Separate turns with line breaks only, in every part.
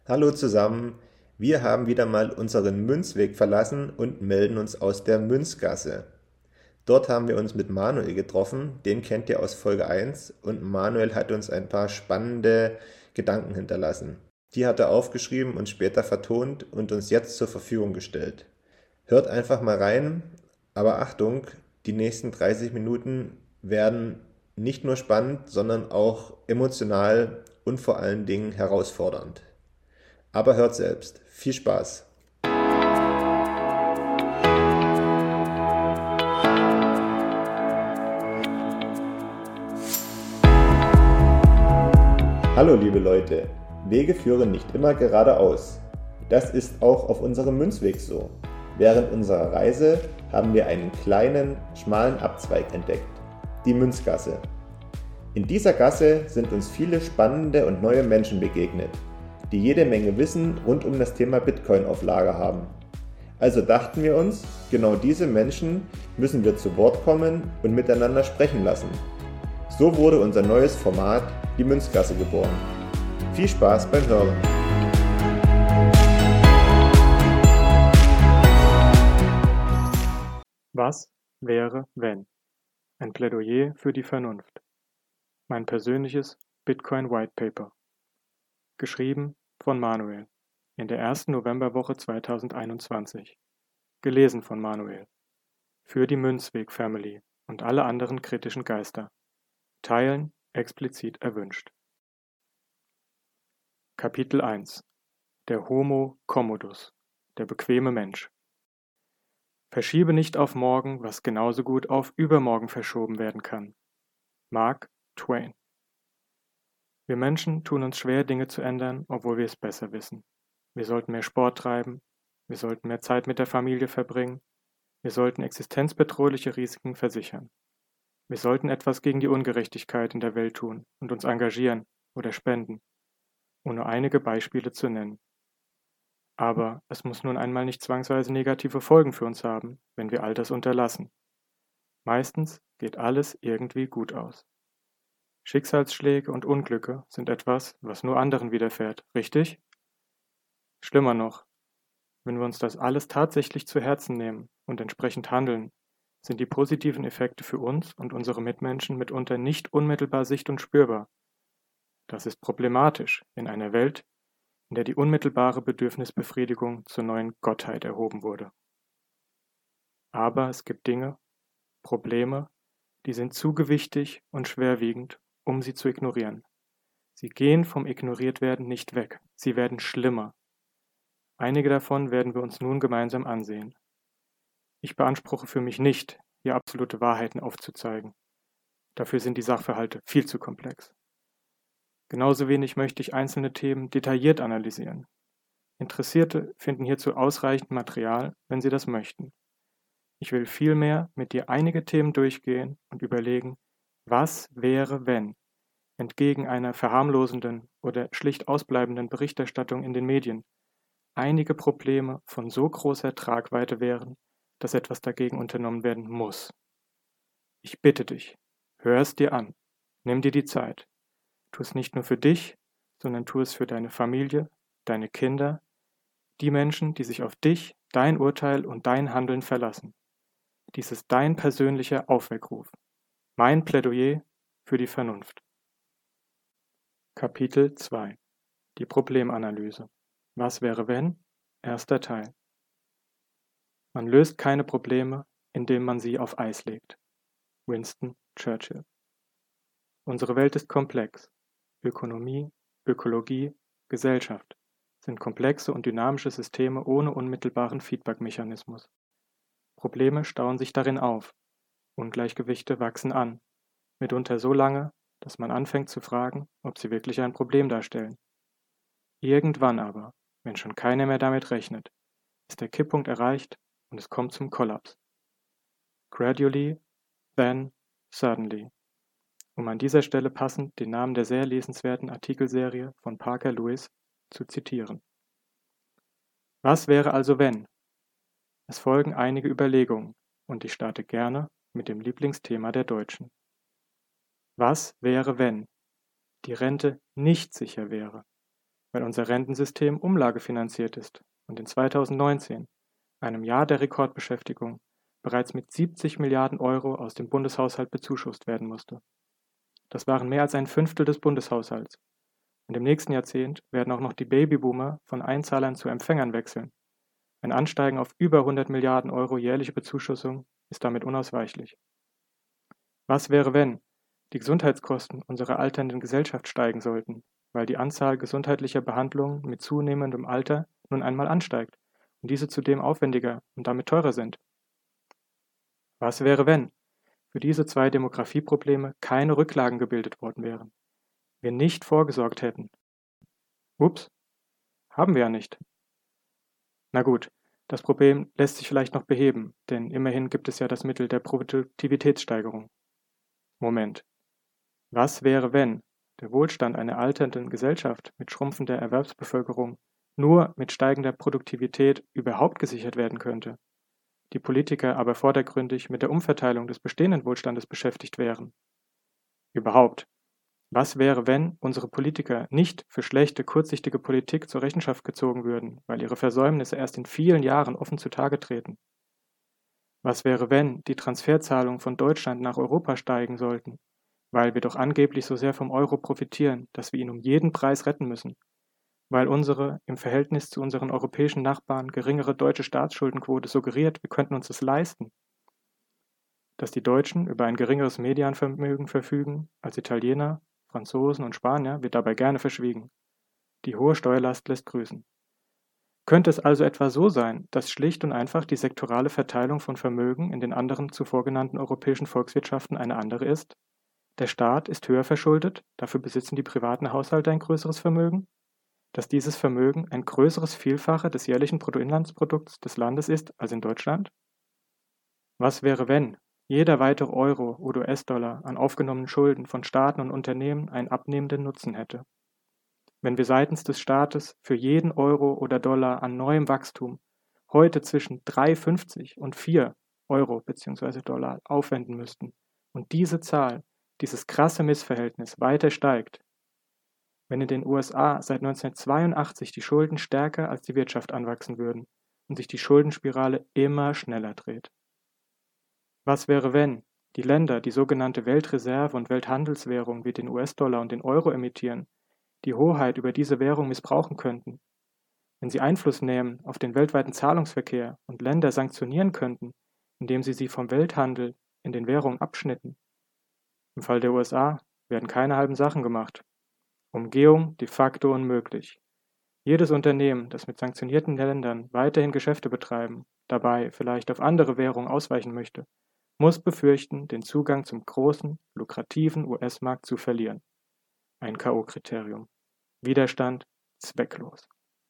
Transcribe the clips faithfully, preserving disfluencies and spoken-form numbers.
Hallo zusammen, wir haben wieder mal unseren Münzweg verlassen und melden uns aus der Münzgasse. Dort haben wir uns mit Manuel getroffen, den kennt ihr aus Folge eins, und Manuel hat uns ein paar spannende Gedanken hinterlassen. Die hat er aufgeschrieben und später vertont und uns jetzt zur Verfügung gestellt. Hört einfach mal rein, aber Achtung, die nächsten dreißig Minuten werden nicht nur spannend, sondern auch emotional und vor allen Dingen herausfordernd. Aber hört selbst. Viel Spaß. Hallo liebe Leute, Wege führen nicht immer geradeaus. Das ist auch auf unserem Münzweg so. Während unserer Reise haben wir einen kleinen, schmalen Abzweig entdeckt, die Münzgasse. In dieser Gasse sind uns viele spannende und neue Menschen begegnet, die jede Menge Wissen rund um das Thema Bitcoin auf Lager haben. Also dachten wir uns, genau diese Menschen müssen wir zu Wort kommen und miteinander sprechen lassen. So wurde unser neues Format, die Münzgasse, geboren. Viel Spaß beim Hören!
Was wäre, wenn? Ein Plädoyer für die Vernunft. Mein persönliches Bitcoin White Paper. Geschrieben von Manuel in der ersten Novemberwoche zweitausendeinundzwanzig. Gelesen von Manuel. Für die Münzweg Family und alle anderen kritischen Geister. Teilen explizit erwünscht. Kapitel eins. Der Homo commodus, der bequeme Mensch. Verschiebe nicht auf morgen, was genauso gut auf übermorgen verschoben werden kann. Mark Twain. Wir Menschen tun uns schwer, Dinge zu ändern, obwohl wir es besser wissen. Wir sollten mehr Sport treiben, wir sollten mehr Zeit mit der Familie verbringen, wir sollten existenzbedrohliche Risiken versichern. Wir sollten etwas gegen die Ungerechtigkeit in der Welt tun und uns engagieren oder spenden, um nur einige Beispiele zu nennen. Aber es muss nun einmal nicht zwangsweise negative Folgen für uns haben, wenn wir all das unterlassen. Meistens geht alles irgendwie gut aus. Schicksalsschläge und Unglücke sind etwas, was nur anderen widerfährt, richtig? Schlimmer noch, wenn wir uns das alles tatsächlich zu Herzen nehmen und entsprechend handeln, sind die positiven Effekte für uns und unsere Mitmenschen mitunter nicht unmittelbar sicht- und spürbar. Das ist problematisch in einer Welt, in der die unmittelbare Bedürfnisbefriedigung zur neuen Gottheit erhoben wurde. Aber es gibt Dinge, Probleme, die sind zu gewichtig und schwerwiegend, um sie zu ignorieren. Sie gehen vom Ignoriertwerden nicht weg, sie werden schlimmer. Einige davon werden wir uns nun gemeinsam ansehen. Ich beanspruche für mich nicht, hier absolute Wahrheiten aufzuzeigen. Dafür sind die Sachverhalte viel zu komplex. Genauso wenig möchte ich einzelne Themen detailliert analysieren. Interessierte finden hierzu ausreichend Material, wenn sie das möchten. Ich will vielmehr mit dir einige Themen durchgehen und überlegen, was wäre, wenn, entgegen einer verharmlosenden oder schlicht ausbleibenden Berichterstattung in den Medien, einige Probleme von so großer Tragweite wären, dass etwas dagegen unternommen werden muss. Ich bitte dich, hör es dir an, nimm dir die Zeit. Tu es nicht nur für dich, sondern tu es für deine Familie, deine Kinder, die Menschen, die sich auf dich, dein Urteil und dein Handeln verlassen. Dies ist dein persönlicher Aufweckruf, mein Plädoyer für die Vernunft. Kapitel zwei. Die Problemanalyse. Was wäre wenn? Erster Teil. Man löst keine Probleme, indem man sie auf Eis legt. Winston Churchill. Unsere Welt ist komplex. Ökonomie, Ökologie, Gesellschaft sind komplexe und dynamische Systeme ohne unmittelbaren Feedback-Mechanismus. Probleme stauen sich darin auf. Ungleichgewichte wachsen an, mitunter so lange, dass man anfängt zu fragen, ob sie wirklich ein Problem darstellen. Irgendwann aber, wenn schon keiner mehr damit rechnet, ist der Kipppunkt erreicht und es kommt zum Kollaps. Gradually, then, suddenly. Um an dieser Stelle passend den Namen der sehr lesenswerten Artikelserie von Parker Lewis zu zitieren. Was wäre also wenn? Es folgen einige Überlegungen und ich starte gerne mit dem Lieblingsthema der Deutschen. Was wäre, wenn die Rente nicht sicher wäre? weil unser Rentensystem umlagefinanziert ist und in zweitausendneunzehn, einem Jahr der Rekordbeschäftigung, bereits mit siebzig Milliarden Euro aus dem Bundeshaushalt bezuschusst werden musste. Das waren mehr als ein Fünftel des Bundeshaushalts. Und im nächsten Jahrzehnt werden auch noch die Babyboomer von Einzahlern zu Empfängern wechseln. Ein Ansteigen auf über hundert Milliarden Euro jährliche Bezuschussung ist damit unausweichlich. Was wäre, wenn die Gesundheitskosten unserer alternden Gesellschaft steigen sollten, weil die Anzahl gesundheitlicher Behandlungen mit zunehmendem Alter nun einmal ansteigt und diese zudem aufwendiger und damit teurer sind? Was wäre, wenn für diese zwei Demografieprobleme keine Rücklagen gebildet worden wären, wir nicht vorgesorgt hätten? Ups, haben wir ja nicht. Na gut, das Problem lässt sich vielleicht noch beheben, denn immerhin gibt es ja das Mittel der Produktivitätssteigerung. Moment. Was wäre, wenn der Wohlstand einer alternden Gesellschaft mit schrumpfender Erwerbsbevölkerung nur mit steigender Produktivität überhaupt gesichert werden könnte, die Politiker aber vordergründig mit der Umverteilung des bestehenden Wohlstandes beschäftigt wären? Überhaupt, was wäre, wenn unsere Politiker nicht für schlechte, kurzsichtige Politik zur Rechenschaft gezogen würden, weil ihre Versäumnisse erst in vielen Jahren offen zutage treten? Was wäre, wenn die Transferzahlungen von Deutschland nach Europa steigen sollten, weil wir doch angeblich so sehr vom Euro profitieren, dass wir ihn um jeden Preis retten müssen, weil unsere im Verhältnis zu unseren europäischen Nachbarn geringere deutsche Staatsschuldenquote suggeriert, wir könnten uns das leisten, dass die Deutschen über ein geringeres Medianvermögen verfügen als Italiener, Franzosen und Spanier, wird dabei gerne verschwiegen. Die hohe Steuerlast lässt grüßen. Könnte es also etwa so sein, dass schlicht und einfach die sektorale Verteilung von Vermögen in den anderen zuvor genannten europäischen Volkswirtschaften eine andere ist? Der Staat ist höher verschuldet, dafür besitzen die privaten Haushalte ein größeres Vermögen? Dass dieses Vermögen ein größeres Vielfache des jährlichen Bruttoinlandsprodukts des Landes ist als in Deutschland? Was wäre, wenn jeder weitere Euro oder U S-Dollar an aufgenommenen Schulden von Staaten und Unternehmen einen abnehmenden Nutzen hätte? Wenn wir seitens des Staates für jeden Euro oder Dollar an neuem Wachstum heute zwischen drei Komma fünfzig und vier Euro bzw. Dollar aufwenden müssten und diese Zahl, dieses krasse Missverhältnis weiter steigt, wenn in den U S A seit neunzehnhundertzweiundachtzig die Schulden stärker als die Wirtschaft anwachsen würden und sich die Schuldenspirale immer schneller dreht? Was wäre, wenn die Länder, die sogenannte Weltreserve- und Welthandelswährung wie den U S-Dollar und den Euro emittieren, die Hoheit über diese Währung missbrauchen könnten? Wenn sie Einfluss nehmen auf den weltweiten Zahlungsverkehr und Länder sanktionieren könnten, indem sie sie vom Welthandel in den Währungen abschnitten? Im Fall der U S A werden keine halben Sachen gemacht. Umgehung de facto unmöglich. Jedes Unternehmen, das mit sanktionierten Ländern weiterhin Geschäfte betreiben, dabei vielleicht auf andere Währungen ausweichen möchte, muss befürchten, den Zugang zum großen, lukrativen U S-Markt zu verlieren. Ein K O-Kriterium. Widerstand zwecklos.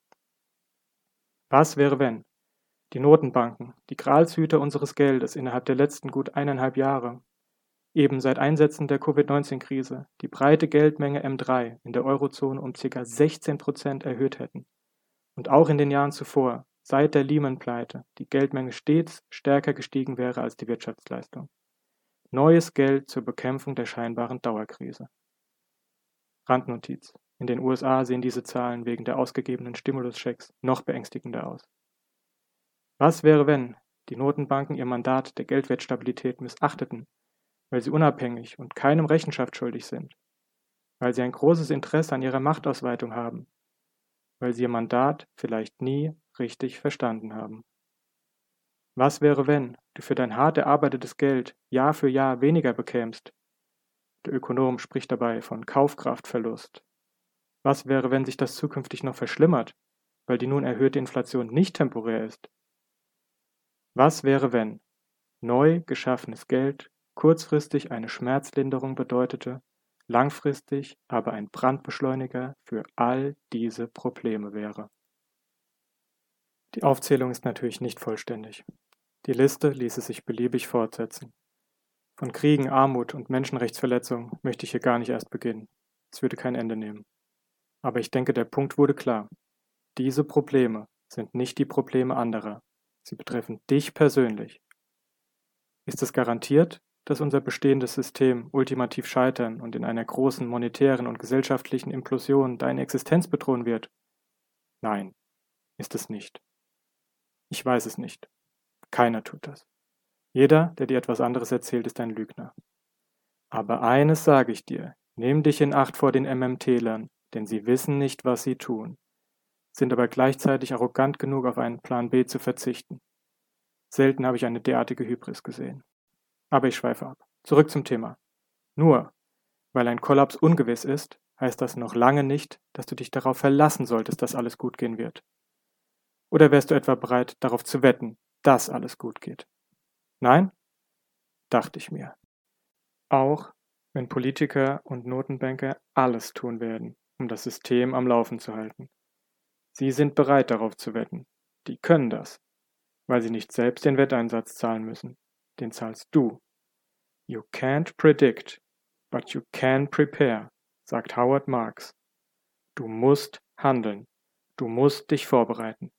Was wäre, wenn die Notenbanken, die Gralshüter unseres Geldes innerhalb der letzten gut eineinhalb Jahre, eben seit Einsetzen der Covid neunzehn Krise die breite Geldmenge M drei in der Eurozone um ca. sechzehn Prozent erhöht hätten und auch in den Jahren zuvor, seit der Lehman-Pleite, die Geldmenge stets stärker gestiegen wäre als die Wirtschaftsleistung? Neues Geld zur Bekämpfung der scheinbaren Dauerkrise. Randnotiz: In den U S A sehen diese Zahlen wegen der ausgegebenen Stimuluschecks noch beängstigender aus. Was wäre, wenn die Notenbanken ihr Mandat der Geldwertstabilität missachteten, weil sie unabhängig und keinem Rechenschaft schuldig sind, weil sie ein großes Interesse an ihrer Machtausweitung haben, weil sie ihr Mandat vielleicht nie richtig verstanden haben? Was wäre, wenn du für dein hart erarbeitetes Geld Jahr für Jahr weniger bekämst? Der Ökonom spricht dabei von Kaufkraftverlust. Was wäre, wenn sich das zukünftig noch verschlimmert, weil die nun erhöhte Inflation nicht temporär ist? Was wäre, wenn neu geschaffenes Geld kurzfristig eine Schmerzlinderung bedeutete, langfristig aber ein Brandbeschleuniger für all diese Probleme wäre? Die Aufzählung ist natürlich nicht vollständig. Die Liste ließe sich beliebig fortsetzen. Von Kriegen, Armut und Menschenrechtsverletzungen möchte ich hier gar nicht erst beginnen. Es würde kein Ende nehmen. Aber ich denke, der Punkt wurde klar. Diese Probleme sind nicht die Probleme anderer. Sie betreffen dich persönlich. Ist es garantiert, dass unser bestehendes System ultimativ scheitern und in einer großen monetären und gesellschaftlichen Implosion deine Existenz bedrohen wird? Nein, ist es nicht. Ich weiß es nicht. Keiner tut das. Jeder, der dir etwas anderes erzählt, ist ein Lügner. Aber eines sage ich dir, nimm dich in Acht vor den M M T-Lern, denn sie wissen nicht, was sie tun, sind aber gleichzeitig arrogant genug, auf einen Plan B zu verzichten. Selten habe ich eine derartige Hybris gesehen. Aber ich schweife ab. Zurück zum Thema. Nur, weil ein Kollaps ungewiss ist, heißt das noch lange nicht, dass du dich darauf verlassen solltest, dass alles gut gehen wird. Oder wärst du etwa bereit, darauf zu wetten, dass alles gut geht? Nein? Dachte ich mir. Auch wenn Politiker und Notenbanker alles tun werden, um das System am Laufen zu halten. Sie sind bereit, darauf zu wetten. Die können das, weil sie nicht selbst den Wetteinsatz zahlen müssen. Den zahlst du. You can't predict, but you can prepare, sagt Howard Marks. Du musst handeln. Du musst dich vorbereiten.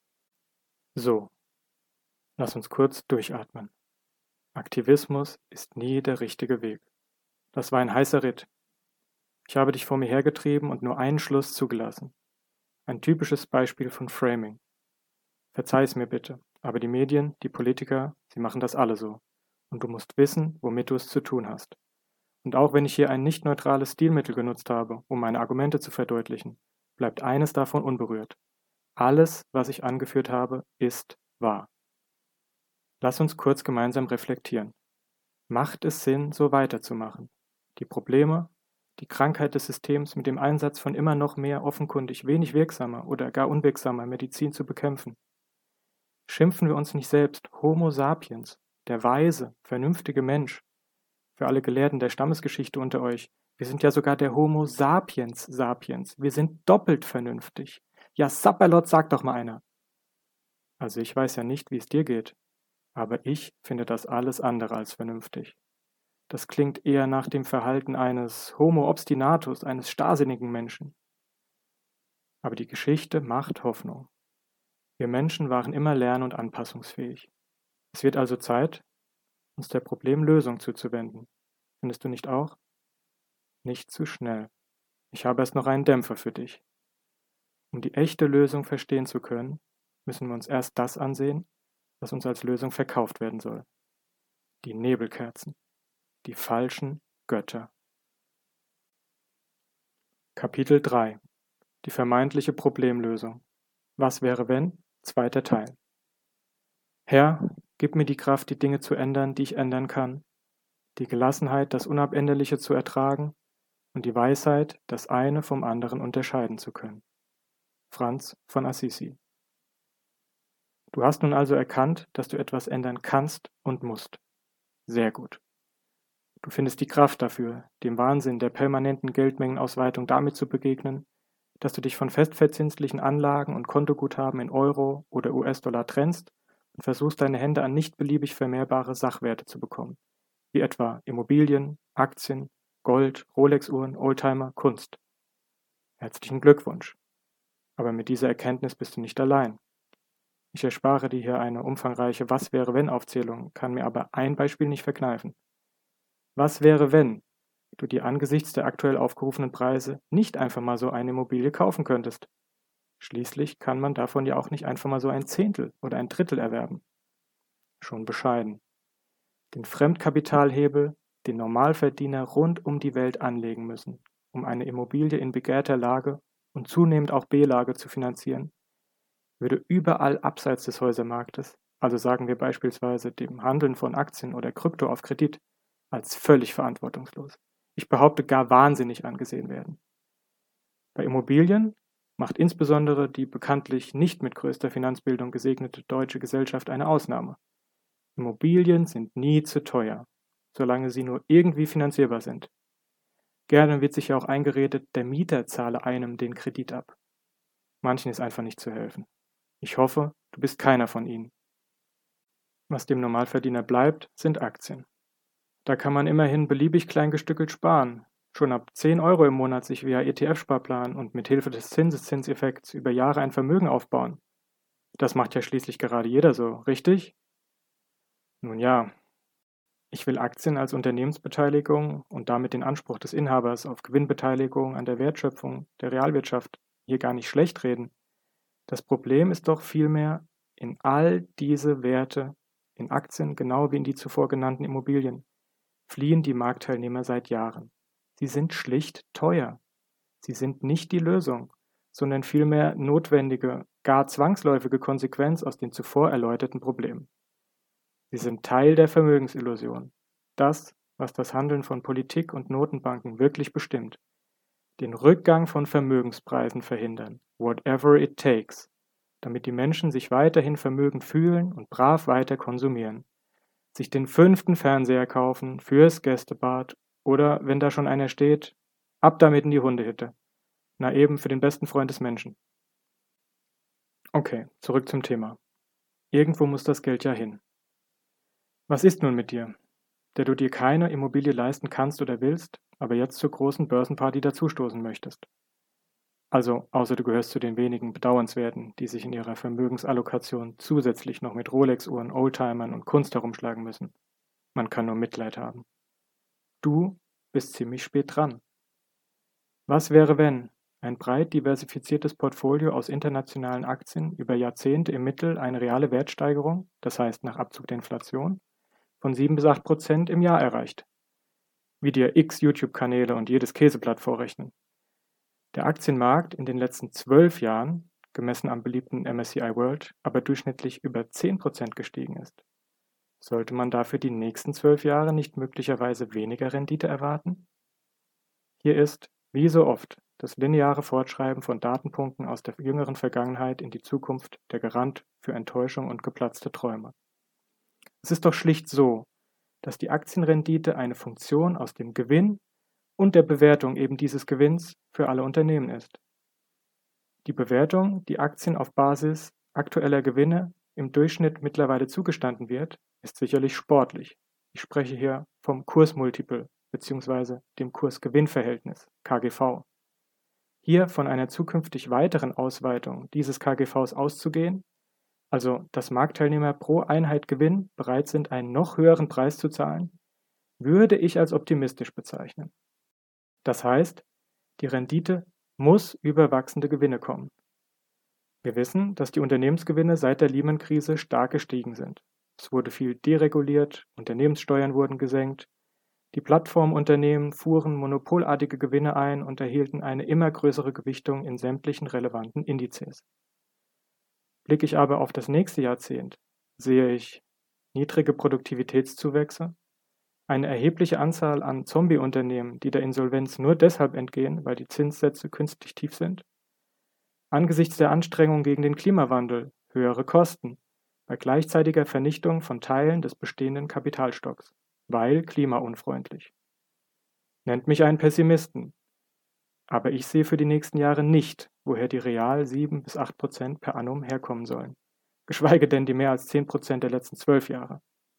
So, lass uns kurz durchatmen. Aktivismus ist nie der richtige Weg. Das war ein heißer Ritt. Ich habe dich vor mir hergetrieben und nur einen Schluss zugelassen. Ein typisches Beispiel von Framing. Verzeih es mir bitte, aber die Medien, die Politiker, sie machen das alle so. Und du musst wissen, womit du es zu tun hast. Und auch wenn ich hier ein nicht neutrales Stilmittel genutzt habe, um meine Argumente zu verdeutlichen, bleibt eines davon unberührt. Alles, was ich angeführt habe, ist wahr. Lass uns kurz gemeinsam reflektieren. Macht es Sinn, so weiterzumachen? Die Probleme, die Krankheit des Systems mit dem Einsatz von immer noch mehr offenkundig wenig wirksamer oder gar unwirksamer Medizin zu bekämpfen? Schimpfen wir uns nicht selbst Homo sapiens, der weise, vernünftige Mensch? Für alle Gelehrten der Stammesgeschichte unter euch, wir sind ja sogar der Homo sapiens sapiens. Wir sind doppelt vernünftig. Ja, Sapperlot, sagt doch mal einer. Also ich weiß ja nicht, wie es dir geht, aber ich finde das alles andere als vernünftig. Das klingt eher nach dem Verhalten eines Homo obstinatus, eines starrsinnigen Menschen. Aber die Geschichte macht Hoffnung. Wir Menschen waren immer lern- und anpassungsfähig. Es wird also Zeit, uns der Problemlösung zuzuwenden. Findest du nicht auch? Nicht zu schnell. Ich habe erst noch einen Dämpfer für dich. Um die echte Lösung verstehen zu können, müssen wir uns erst das ansehen, was uns als Lösung verkauft werden soll. Die Nebelkerzen. Die falschen Götter. Kapitel drei. Die vermeintliche Problemlösung. Was wäre wenn? Zweiter Teil. Herr, gib mir die Kraft, die Dinge zu ändern, die ich ändern kann, die Gelassenheit, das Unabänderliche zu ertragen und die Weisheit, das eine vom anderen unterscheiden zu können. Franz von Assisi. Du hast nun also erkannt, dass du etwas ändern kannst und musst. Sehr gut. Du findest die Kraft dafür, dem Wahnsinn der permanenten Geldmengenausweitung damit zu begegnen, dass du dich von festverzinslichen Anlagen und Kontoguthaben in Euro oder U S-Dollar trennst und versuchst, deine Hände an nicht beliebig vermehrbare Sachwerte zu bekommen, wie etwa Immobilien, Aktien, Gold, Rolex-Uhren, Oldtimer, Kunst. Herzlichen Glückwunsch. Aber mit dieser Erkenntnis bist du nicht allein. Ich erspare dir hier eine umfangreiche Was-wäre-wenn-Aufzählung, kann mir aber ein Beispiel nicht verkneifen. Was wäre, wenn du dir angesichts der aktuell aufgerufenen Preise nicht einfach mal so eine Immobilie kaufen könntest? Schließlich kann man davon ja auch nicht einfach mal so ein Zehntel oder ein Drittel erwerben. Schon bescheiden. Den Fremdkapitalhebel, den Normalverdiener rund um die Welt anlegen müssen, um eine Immobilie in begehrter Lage und zunehmend auch B-Lage zu finanzieren, würde überall abseits des Häusermarktes, also sagen wir beispielsweise dem Handeln von Aktien oder Krypto auf Kredit, als völlig verantwortungslos, ich behaupte gar wahnsinnig angesehen werden. Bei Immobilien macht insbesondere die bekanntlich nicht mit größter Finanzbildung gesegnete deutsche Gesellschaft eine Ausnahme. Immobilien sind nie zu teuer, solange sie nur irgendwie finanzierbar sind. Gerne wird sich ja auch eingeredet, der Mieter zahle einem den Kredit ab. Manchen ist einfach nicht zu helfen. Ich hoffe, du bist keiner von ihnen. Was dem Normalverdiener bleibt, sind Aktien. Da kann man immerhin beliebig klein gestückelt sparen, schon ab zehn Euro im Monat sich via E T F-Sparplan und mit Hilfe des Zinseszinseffekts über Jahre ein Vermögen aufbauen. Das macht ja schließlich gerade jeder so, richtig? Nun ja, Ich will Aktien als Unternehmensbeteiligung und damit den Anspruch des Inhabers auf Gewinnbeteiligung an der Wertschöpfung der Realwirtschaft hier gar nicht schlecht reden. Das Problem ist doch vielmehr, in all diese Werte, in Aktien genau wie in die zuvor genannten Immobilien, fliehen die Marktteilnehmer seit Jahren. Sie sind schlicht teuer. Sie sind nicht die Lösung, sondern vielmehr notwendige, gar zwangsläufige Konsequenz aus den zuvor erläuterten Problemen. Sie sind Teil der Vermögensillusion. Das, was das Handeln von Politik und Notenbanken wirklich bestimmt. Den Rückgang von Vermögenspreisen verhindern, whatever it takes, damit die Menschen sich weiterhin vermögend fühlen und brav weiter konsumieren. Sich den fünften Fernseher kaufen, fürs Gästebad oder, wenn da schon einer steht, ab damit in die Hundehütte. Na eben für den besten Freund des Menschen. Okay, zurück zum Thema. Irgendwo muss das Geld ja hin. Was ist nun mit dir, der du dir keine Immobilie leisten kannst oder willst, aber jetzt zur großen Börsenparty dazustoßen möchtest? Also, außer du gehörst zu den wenigen Bedauernswerten, die sich in ihrer Vermögensallokation zusätzlich noch mit Rolex-Uhren, Oldtimern und Kunst herumschlagen müssen. Man kann nur Mitleid haben. Du bist ziemlich spät dran. Was wäre, wenn ein breit diversifiziertes Portfolio aus internationalen Aktien über Jahrzehnte im Mittel eine reale Wertsteigerung, das heißt nach Abzug der Inflation, von sieben bis acht Prozent im Jahr erreicht? Wie dir x YouTube-Kanäle und jedes Käseblatt vorrechnen. Der Aktienmarkt in den letzten zwölf Jahren, gemessen am beliebten M S C I World, aber durchschnittlich über zehn Prozent gestiegen ist. Sollte man dafür die nächsten zwölf Jahre nicht möglicherweise weniger Rendite erwarten? Hier ist, wie so oft, das lineare Fortschreiben von Datenpunkten aus der jüngeren Vergangenheit in die Zukunft der Garant für Enttäuschung und geplatzte Träume. Es ist doch schlicht so, dass die Aktienrendite eine Funktion aus dem Gewinn und der Bewertung eben dieses Gewinns für alle Unternehmen ist. Die Bewertung, die Aktien auf Basis aktueller Gewinne im Durchschnitt mittlerweile zugestanden wird, ist sicherlich sportlich. Ich spreche hier vom Kursmultiple bzw. dem Kurs-Gewinn-Verhältnis, K G V. Hier von einer zukünftig weiteren Ausweitung dieses K G Vs auszugehen, also dass Marktteilnehmer pro Einheit Gewinn bereit sind, einen noch höheren Preis zu zahlen, würde ich als optimistisch bezeichnen. Das heißt, die Rendite muss über wachsende Gewinne kommen. Wir wissen, dass die Unternehmensgewinne seit der Lehman-Krise stark gestiegen sind. Es wurde viel dereguliert, Unternehmenssteuern wurden gesenkt, die Plattformunternehmen fuhren monopolartige Gewinne ein und erhielten eine immer größere Gewichtung in sämtlichen relevanten Indizes. Blicke ich aber auf das nächste Jahrzehnt, sehe ich niedrige Produktivitätszuwächse, eine erhebliche Anzahl an Zombie-Unternehmen, die der Insolvenz nur deshalb entgehen, weil die Zinssätze künstlich tief sind, angesichts der Anstrengungen gegen den Klimawandel höhere Kosten bei gleichzeitiger Vernichtung von Teilen des bestehenden Kapitalstocks, weil klimaunfreundlich. Nennt mich einen Pessimisten, aber ich sehe für die nächsten Jahre nicht, woher die real sieben bis acht Prozent per annum herkommen sollen, geschweige denn die mehr als zehn Prozent der letzten zwölf Jahre.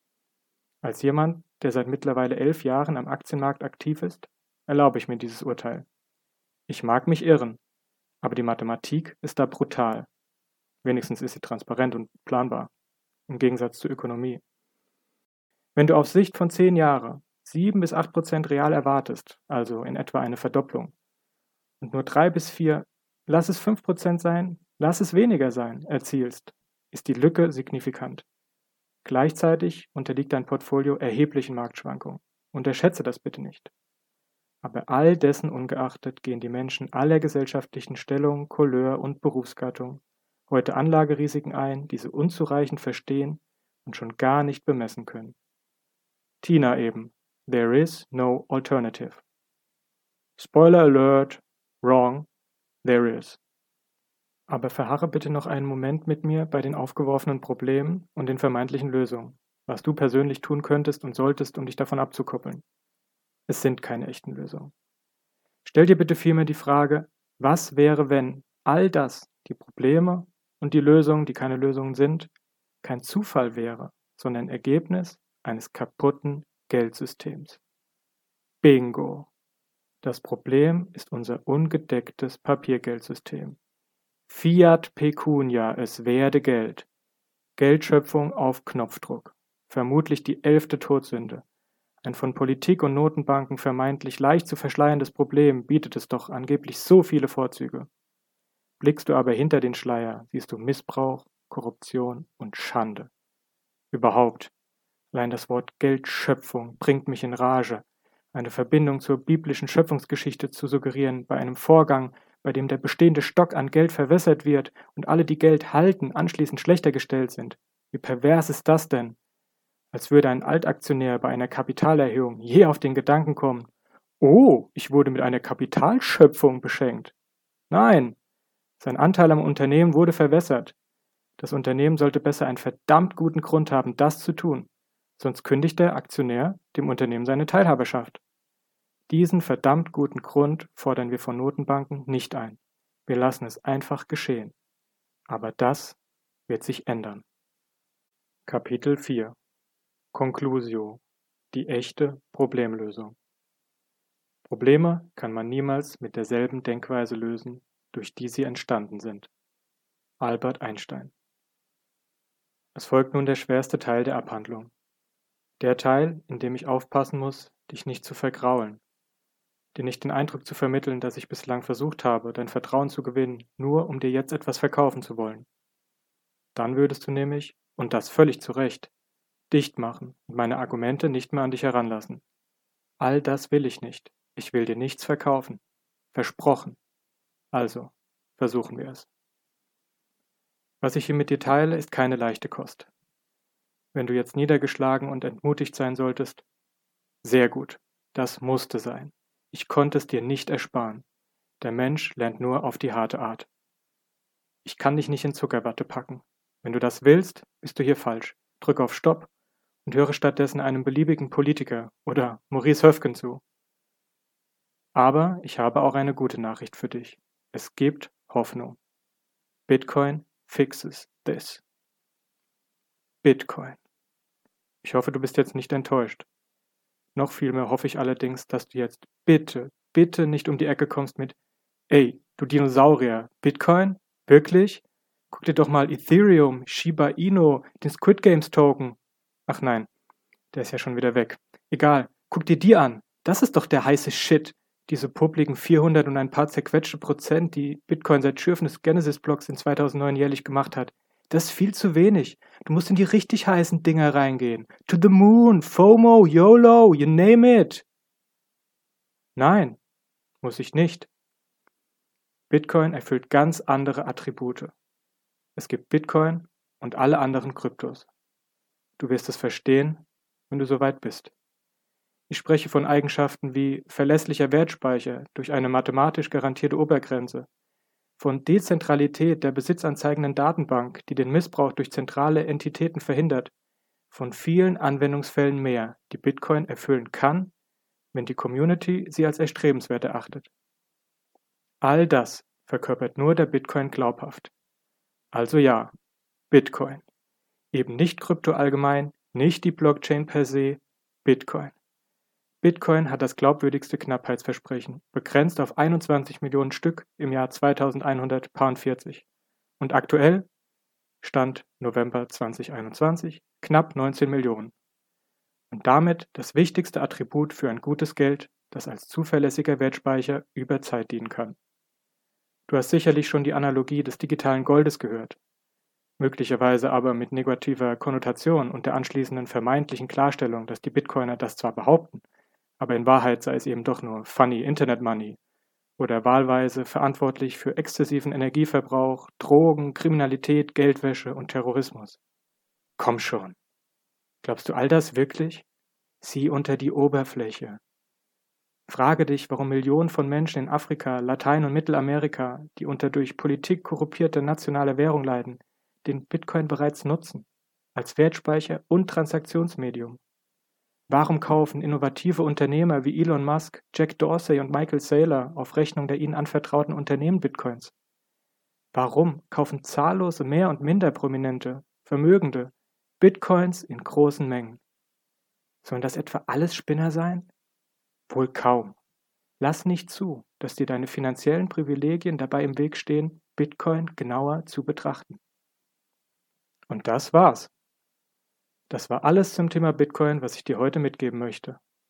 Als jemand, der seit mittlerweile elf Jahren am Aktienmarkt aktiv ist, erlaube ich mir dieses Urteil. Ich mag mich irren, aber die Mathematik ist da brutal. Wenigstens ist sie transparent und planbar, im Gegensatz zur Ökonomie. Wenn du auf Sicht von zehn Jahren sieben bis acht Prozent real erwartest, also in etwa eine Verdopplung, und nur drei bis vier, lass es fünf Prozent sein, lass es weniger sein, erzielst, ist die Lücke signifikant. Gleichzeitig unterliegt dein Portfolio erheblichen Marktschwankungen. Unterschätze das bitte nicht. Aber all dessen ungeachtet gehen die Menschen aller gesellschaftlichen Stellung, Couleur und Berufsgattung heute Anlagerisiken ein, die sie unzureichend verstehen und schon gar nicht bemessen können. Tina eben, there is no alternative. Spoiler alert, wrong, there is. Aber verharre bitte noch einen Moment mit mir bei den aufgeworfenen Problemen und den vermeintlichen Lösungen, was du persönlich tun könntest und solltest, um dich davon abzukoppeln. Es sind keine echten Lösungen. Stell dir bitte vielmehr die Frage, was wäre, wenn all das, die Probleme und die Lösungen, die keine Lösungen sind, kein Zufall wäre, sondern Ergebnis eines kaputten Geldsystems. Bingo! Das Problem ist unser ungedecktes Papiergeldsystem. Fiat Pecunia, es werde Geld. Geldschöpfung auf Knopfdruck. Vermutlich die elfte Todsünde. Ein von Politik und Notenbanken vermeintlich leicht zu verschleierndes Problem bietet es doch angeblich so viele Vorzüge. Blickst du aber hinter den Schleier, siehst du Missbrauch, Korruption und Schande. Überhaupt, allein das Wort Geldschöpfung bringt mich in Rage. Eine Verbindung zur biblischen Schöpfungsgeschichte zu suggerieren bei einem Vorgang, bei dem der bestehende Stock an Geld verwässert wird und alle, die Geld halten, anschließend schlechter gestellt sind. Wie pervers ist das denn? Als würde ein Altaktionär bei einer Kapitalerhöhung je auf den Gedanken kommen, oh, ich wurde mit einer Kapitalschöpfung beschenkt. Nein, sein Anteil am Unternehmen wurde verwässert. Das Unternehmen sollte besser einen verdammt guten Grund haben, das zu tun. Sonst kündigt der Aktionär dem Unternehmen seine Teilhaberschaft. Diesen verdammt guten Grund fordern wir von Notenbanken nicht ein. Wir lassen es einfach geschehen. Aber das wird sich ändern. Kapitel vier Conclusio. Die echte Problemlösung. Probleme kann man niemals mit derselben Denkweise lösen, durch die sie entstanden sind. Albert Einstein. Es folgt nun der schwerste Teil der Abhandlung. Der Teil, in dem ich aufpassen muss, dich nicht zu vergraulen, dir nicht den Eindruck zu vermitteln, dass ich bislang versucht habe, dein Vertrauen zu gewinnen, nur um dir jetzt etwas verkaufen zu wollen. Dann würdest du nämlich, und das völlig zu Recht, dicht machen und meine Argumente nicht mehr an dich heranlassen. All das will ich nicht. Ich will dir nichts verkaufen. Versprochen. Also, versuchen wir es. Was ich hier mit dir teile, ist keine leichte Kost. Wenn du jetzt niedergeschlagen und entmutigt sein solltest, sehr gut, das musste sein. Ich konnte es dir nicht ersparen. Der Mensch lernt nur auf die harte Art. Ich kann dich nicht in Zuckerwatte packen. Wenn du das willst, bist du hier falsch. Drück auf Stopp und höre stattdessen einem beliebigen Politiker oder Maurice Höfgen zu. Aber ich habe auch eine gute Nachricht für dich. Es gibt Hoffnung. Bitcoin fixes this. Bitcoin. Ich hoffe, du bist jetzt nicht enttäuscht. Noch vielmehr hoffe ich allerdings, dass du jetzt bitte, bitte nicht um die Ecke kommst mit ey, du Dinosaurier, Bitcoin? Wirklich? Guck dir doch mal Ethereum, Shiba Inu, den Squid Games Token. Ach nein, der ist ja schon wieder weg. Egal, guck dir die an. Das ist doch der heiße Shit. Diese publiken vierhundert und ein paar zerquetschte Prozent, die Bitcoin seit Schürfen des Genesis-Blocks in zweitausendneun jährlich gemacht hat. Das ist viel zu wenig. Du musst in die richtig heißen Dinger reingehen. To the moon, FOMO, YOLO, you name it. Nein, muss ich nicht. Bitcoin erfüllt ganz andere Attribute. Es gibt Bitcoin und alle anderen Kryptos. Du wirst es verstehen, wenn du soweit bist. Ich spreche von Eigenschaften wie verlässlicher Wertspeicher durch eine mathematisch garantierte Obergrenze, von Dezentralität der besitzanzeigenden Datenbank, die den Missbrauch durch zentrale Entitäten verhindert, von vielen Anwendungsfällen mehr, die Bitcoin erfüllen kann, wenn die Community sie als erstrebenswert erachtet. All das verkörpert nur der Bitcoin glaubhaft. Also ja, Bitcoin. Eben nicht Krypto allgemein, nicht die Blockchain per se, Bitcoin. Bitcoin hat das glaubwürdigste Knappheitsversprechen, begrenzt auf einundzwanzig Millionen Stück im Jahr zweitausendeinhundertvierzig. Und aktuell, Stand November zweitausendeinundzwanzig, knapp neunzehn Millionen. Und damit das wichtigste Attribut für ein gutes Geld, das als zuverlässiger Wertspeicher über Zeit dienen kann. Du hast sicherlich schon die Analogie des digitalen Goldes gehört, möglicherweise aber mit negativer Konnotation und der anschließenden vermeintlichen Klarstellung, dass die Bitcoiner das zwar behaupten, aber in Wahrheit sei es eben doch nur funny Internet Money oder wahlweise verantwortlich für exzessiven Energieverbrauch, Drogen, Kriminalität, Geldwäsche und Terrorismus. Komm schon. Glaubst du all das wirklich? Sieh unter die Oberfläche. Frage dich, warum Millionen von Menschen in Afrika, Latein- und Mittelamerika, die unter durch Politik korruptierte nationale Währung leiden, den Bitcoin bereits nutzen, als Wertspeicher und Transaktionsmedium. Warum kaufen innovative Unternehmer wie Elon Musk, Jack Dorsey und Michael Saylor auf Rechnung der ihnen anvertrauten Unternehmen Bitcoins? Warum kaufen zahllose mehr und minder prominente, Vermögende Bitcoins in großen Mengen? Sollen das etwa alles Spinner sein? Wohl kaum. Lass nicht zu, dass dir deine finanziellen Privilegien dabei im Weg stehen, Bitcoin genauer zu betrachten. Und das war's. Das war alles zum Thema Bitcoin, was ich dir heute mitgeben möchte.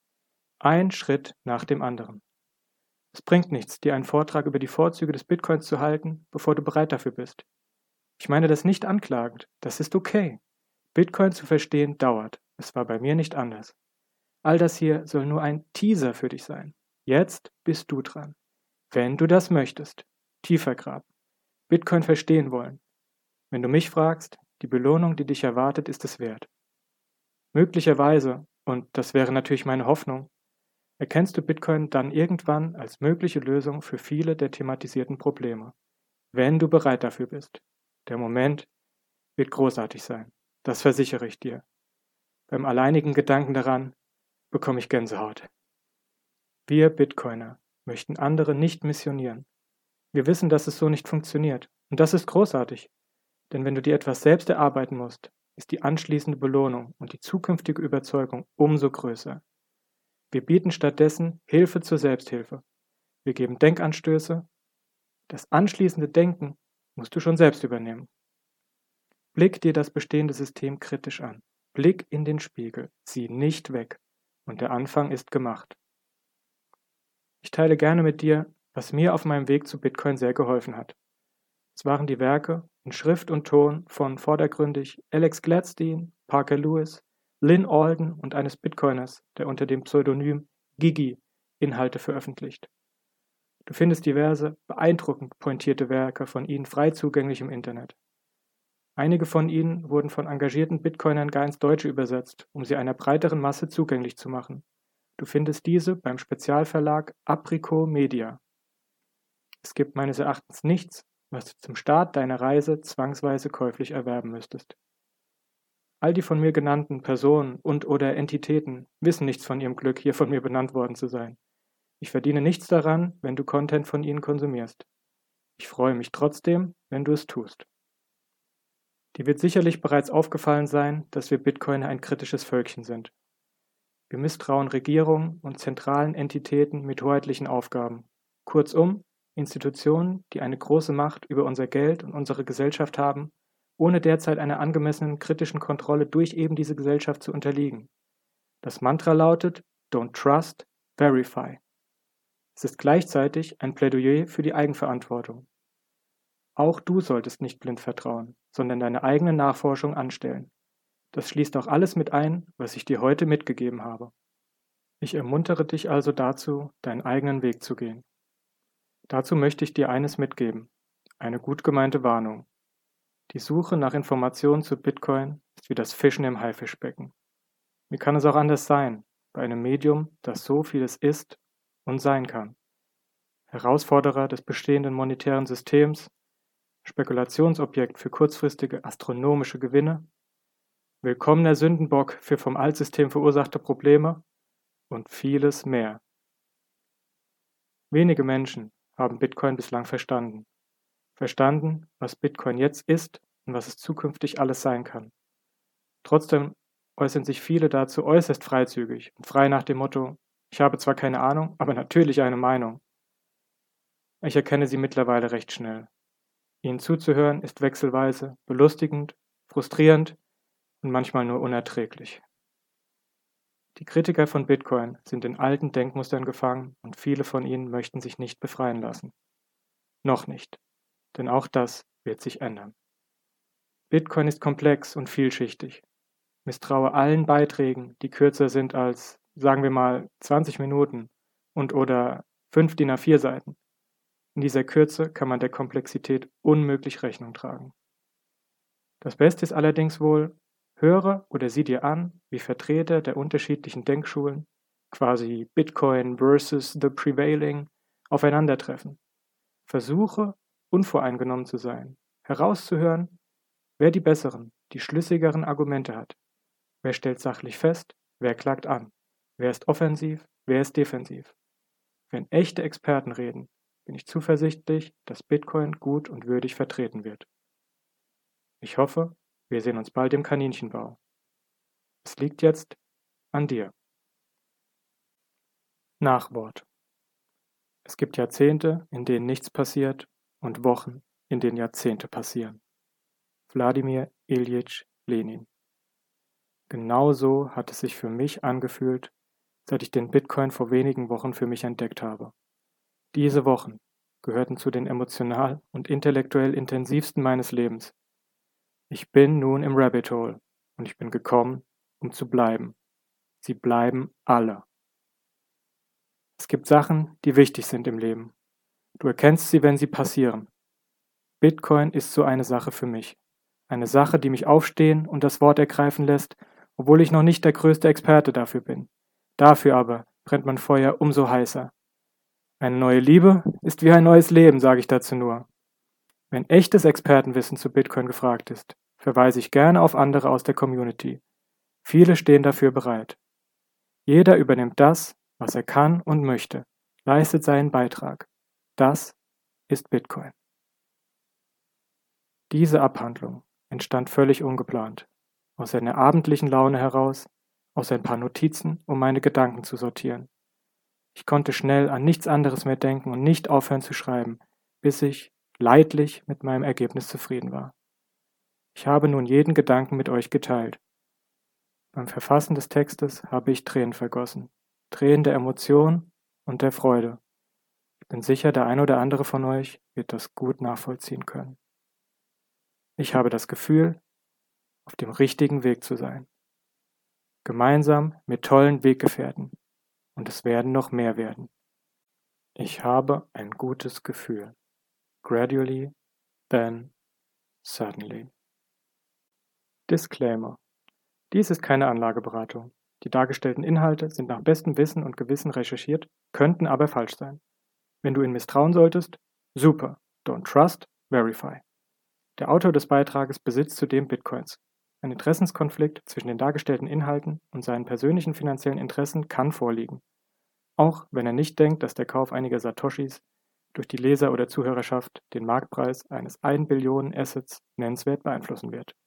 Ein Schritt nach dem anderen. Es bringt nichts, dir einen Vortrag über die Vorzüge des Bitcoins zu halten, bevor du bereit dafür bist. Ich meine das nicht anklagend, das ist okay. Bitcoin zu verstehen dauert, es war bei mir nicht anders. All das hier soll nur ein Teaser für dich sein. Jetzt bist du dran. Wenn du das möchtest, tiefer graben, Bitcoin verstehen wollen. Wenn du mich fragst, die Belohnung, die dich erwartet, ist es wert. Möglicherweise, und das wäre natürlich meine Hoffnung, erkennst du Bitcoin dann irgendwann als mögliche Lösung für viele der thematisierten Probleme. Wenn du bereit dafür bist. Der Moment wird großartig sein. Das versichere ich dir. Beim alleinigen Gedanken daran bekomme ich Gänsehaut. Wir Bitcoiner möchten andere nicht missionieren. Wir wissen, dass es so nicht funktioniert. Und das ist großartig. Denn wenn du dir etwas selbst erarbeiten musst, ist die anschließende Belohnung und die zukünftige Überzeugung umso größer. Wir bieten stattdessen Hilfe zur Selbsthilfe. Wir geben Denkanstöße. Das anschließende Denken musst du schon selbst übernehmen. Blick dir das bestehende System kritisch an. Blick in den Spiegel. Sieh nicht weg. Und der Anfang ist gemacht. Ich teile gerne mit dir, was mir auf meinem Weg zu Bitcoin sehr geholfen hat. Es waren die Werke in Schrift und Ton von vordergründig Alex Gladstein, Parker Lewis, Lynn Alden und eines Bitcoiners, der unter dem Pseudonym Gigi Inhalte veröffentlicht. Du findest diverse, beeindruckend pointierte Werke von ihnen frei zugänglich im Internet. Einige von ihnen wurden von engagierten Bitcoinern gar ins Deutsche übersetzt, um sie einer breiteren Masse zugänglich zu machen. Du findest diese beim Spezialverlag Apricot Media. Es gibt meines Erachtens nichts, was du zum Start deiner Reise zwangsweise käuflich erwerben müsstest. All die von mir genannten Personen und/oder Entitäten wissen nichts von ihrem Glück, hier von mir benannt worden zu sein. Ich verdiene nichts daran, wenn du Content von ihnen konsumierst. Ich freue mich trotzdem, wenn du es tust. Dir wird sicherlich bereits aufgefallen sein, dass wir Bitcoiner ein kritisches Völkchen sind. Wir misstrauen Regierungen und zentralen Entitäten mit hoheitlichen Aufgaben. Kurzum, Institutionen, die eine große Macht über unser Geld und unsere Gesellschaft haben, ohne derzeit einer angemessenen kritischen Kontrolle durch eben diese Gesellschaft zu unterliegen. Das Mantra lautet: Don't trust, verify. Es ist gleichzeitig ein Plädoyer für die Eigenverantwortung. Auch du solltest nicht blind vertrauen, sondern deine eigene Nachforschung anstellen. Das schließt auch alles mit ein, was ich dir heute mitgegeben habe. Ich ermuntere dich also dazu, deinen eigenen Weg zu gehen. Dazu möchte ich dir eines mitgeben, eine gut gemeinte Warnung. Die Suche nach Informationen zu Bitcoin ist wie das Fischen im Haifischbecken. Wie kann es auch anders sein, bei einem Medium, das so vieles ist und sein kann? Herausforderer des bestehenden monetären Systems, Spekulationsobjekt für kurzfristige astronomische Gewinne, willkommener Sündenbock für vom Altsystem verursachte Probleme und vieles mehr. Wenige Menschen haben Bitcoin bislang verstanden. Verstanden, was Bitcoin jetzt ist und was es zukünftig alles sein kann. Trotzdem äußern sich viele dazu äußerst freizügig und frei nach dem Motto: Ich habe zwar keine Ahnung, aber natürlich eine Meinung. Ich erkenne sie mittlerweile recht schnell. Ihnen zuzuhören ist wechselweise belustigend, frustrierend und manchmal nur unerträglich. Die Kritiker von Bitcoin sind in alten Denkmustern gefangen und viele von ihnen möchten sich nicht befreien lassen. Noch nicht, denn auch das wird sich ändern. Bitcoin ist komplex und vielschichtig. Misstraue allen Beiträgen, die kürzer sind als, sagen wir mal, zwanzig Minuten und oder fünf D I N A vier Seiten. In dieser Kürze kann man der Komplexität unmöglich Rechnung tragen. Das Beste ist allerdings wohl, höre oder sieh dir an, wie Vertreter der unterschiedlichen Denkschulen, quasi Bitcoin versus the prevailing, aufeinandertreffen. Versuche, unvoreingenommen zu sein, herauszuhören, wer die besseren, die schlüssigeren Argumente hat. Wer stellt sachlich fest, wer klagt an, wer ist offensiv, wer ist defensiv. Wenn echte Experten reden, bin ich zuversichtlich, dass Bitcoin gut und würdig vertreten wird. Ich hoffe, wir sehen uns bald im Kaninchenbau. Es liegt jetzt an dir. Nachwort. Es gibt Jahrzehnte, in denen nichts passiert und Wochen, in denen Jahrzehnte passieren. Wladimir Iljitsch Lenin. Genauso hat es sich für mich angefühlt, seit ich den Bitcoin vor wenigen Wochen für mich entdeckt habe. Diese Wochen gehörten zu den emotional und intellektuell intensivsten meines Lebens. Ich bin nun im Rabbit Hole und ich bin gekommen, um zu bleiben. Sie bleiben alle. Es gibt Sachen, die wichtig sind im Leben. Du erkennst sie, wenn sie passieren. Bitcoin ist so eine Sache für mich. Eine Sache, die mich aufstehen und das Wort ergreifen lässt, obwohl ich noch nicht der größte Experte dafür bin. Dafür aber brennt mein Feuer umso heißer. Eine neue Liebe ist wie ein neues Leben, sage ich dazu nur. Wenn echtes Expertenwissen zu Bitcoin gefragt ist, verweise ich gerne auf andere aus der Community. Viele stehen dafür bereit. Jeder übernimmt das, was er kann und möchte, leistet seinen Beitrag. Das ist Bitcoin. Diese Abhandlung entstand völlig ungeplant, aus einer abendlichen Laune heraus, aus ein paar Notizen, um meine Gedanken zu sortieren. Ich konnte schnell an nichts anderes mehr denken und nicht aufhören zu schreiben, bis ich leidlich mit meinem Ergebnis zufrieden war. Ich habe nun jeden Gedanken mit euch geteilt. Beim Verfassen des Textes habe ich Tränen vergossen, Tränen der Emotion und der Freude. Ich bin sicher, der ein oder andere von euch wird das gut nachvollziehen können. Ich habe das Gefühl, auf dem richtigen Weg zu sein. Gemeinsam mit tollen Weggefährten. Und es werden noch mehr werden. Ich habe ein gutes Gefühl. Gradually, then, suddenly. Disclaimer. Dies ist keine Anlageberatung. Die dargestellten Inhalte sind nach bestem Wissen und Gewissen recherchiert, könnten aber falsch sein. Wenn du ihnen misstrauen solltest, super. Don't trust, verify. Der Autor des Beitrages besitzt zudem Bitcoins. Ein Interessenskonflikt zwischen den dargestellten Inhalten und seinen persönlichen finanziellen Interessen kann vorliegen. Auch wenn er nicht denkt, dass der Kauf einiger Satoshis durch die Leser oder Zuhörerschaft den Marktpreis eines ein Billionen Assets nennenswert beeinflussen wird.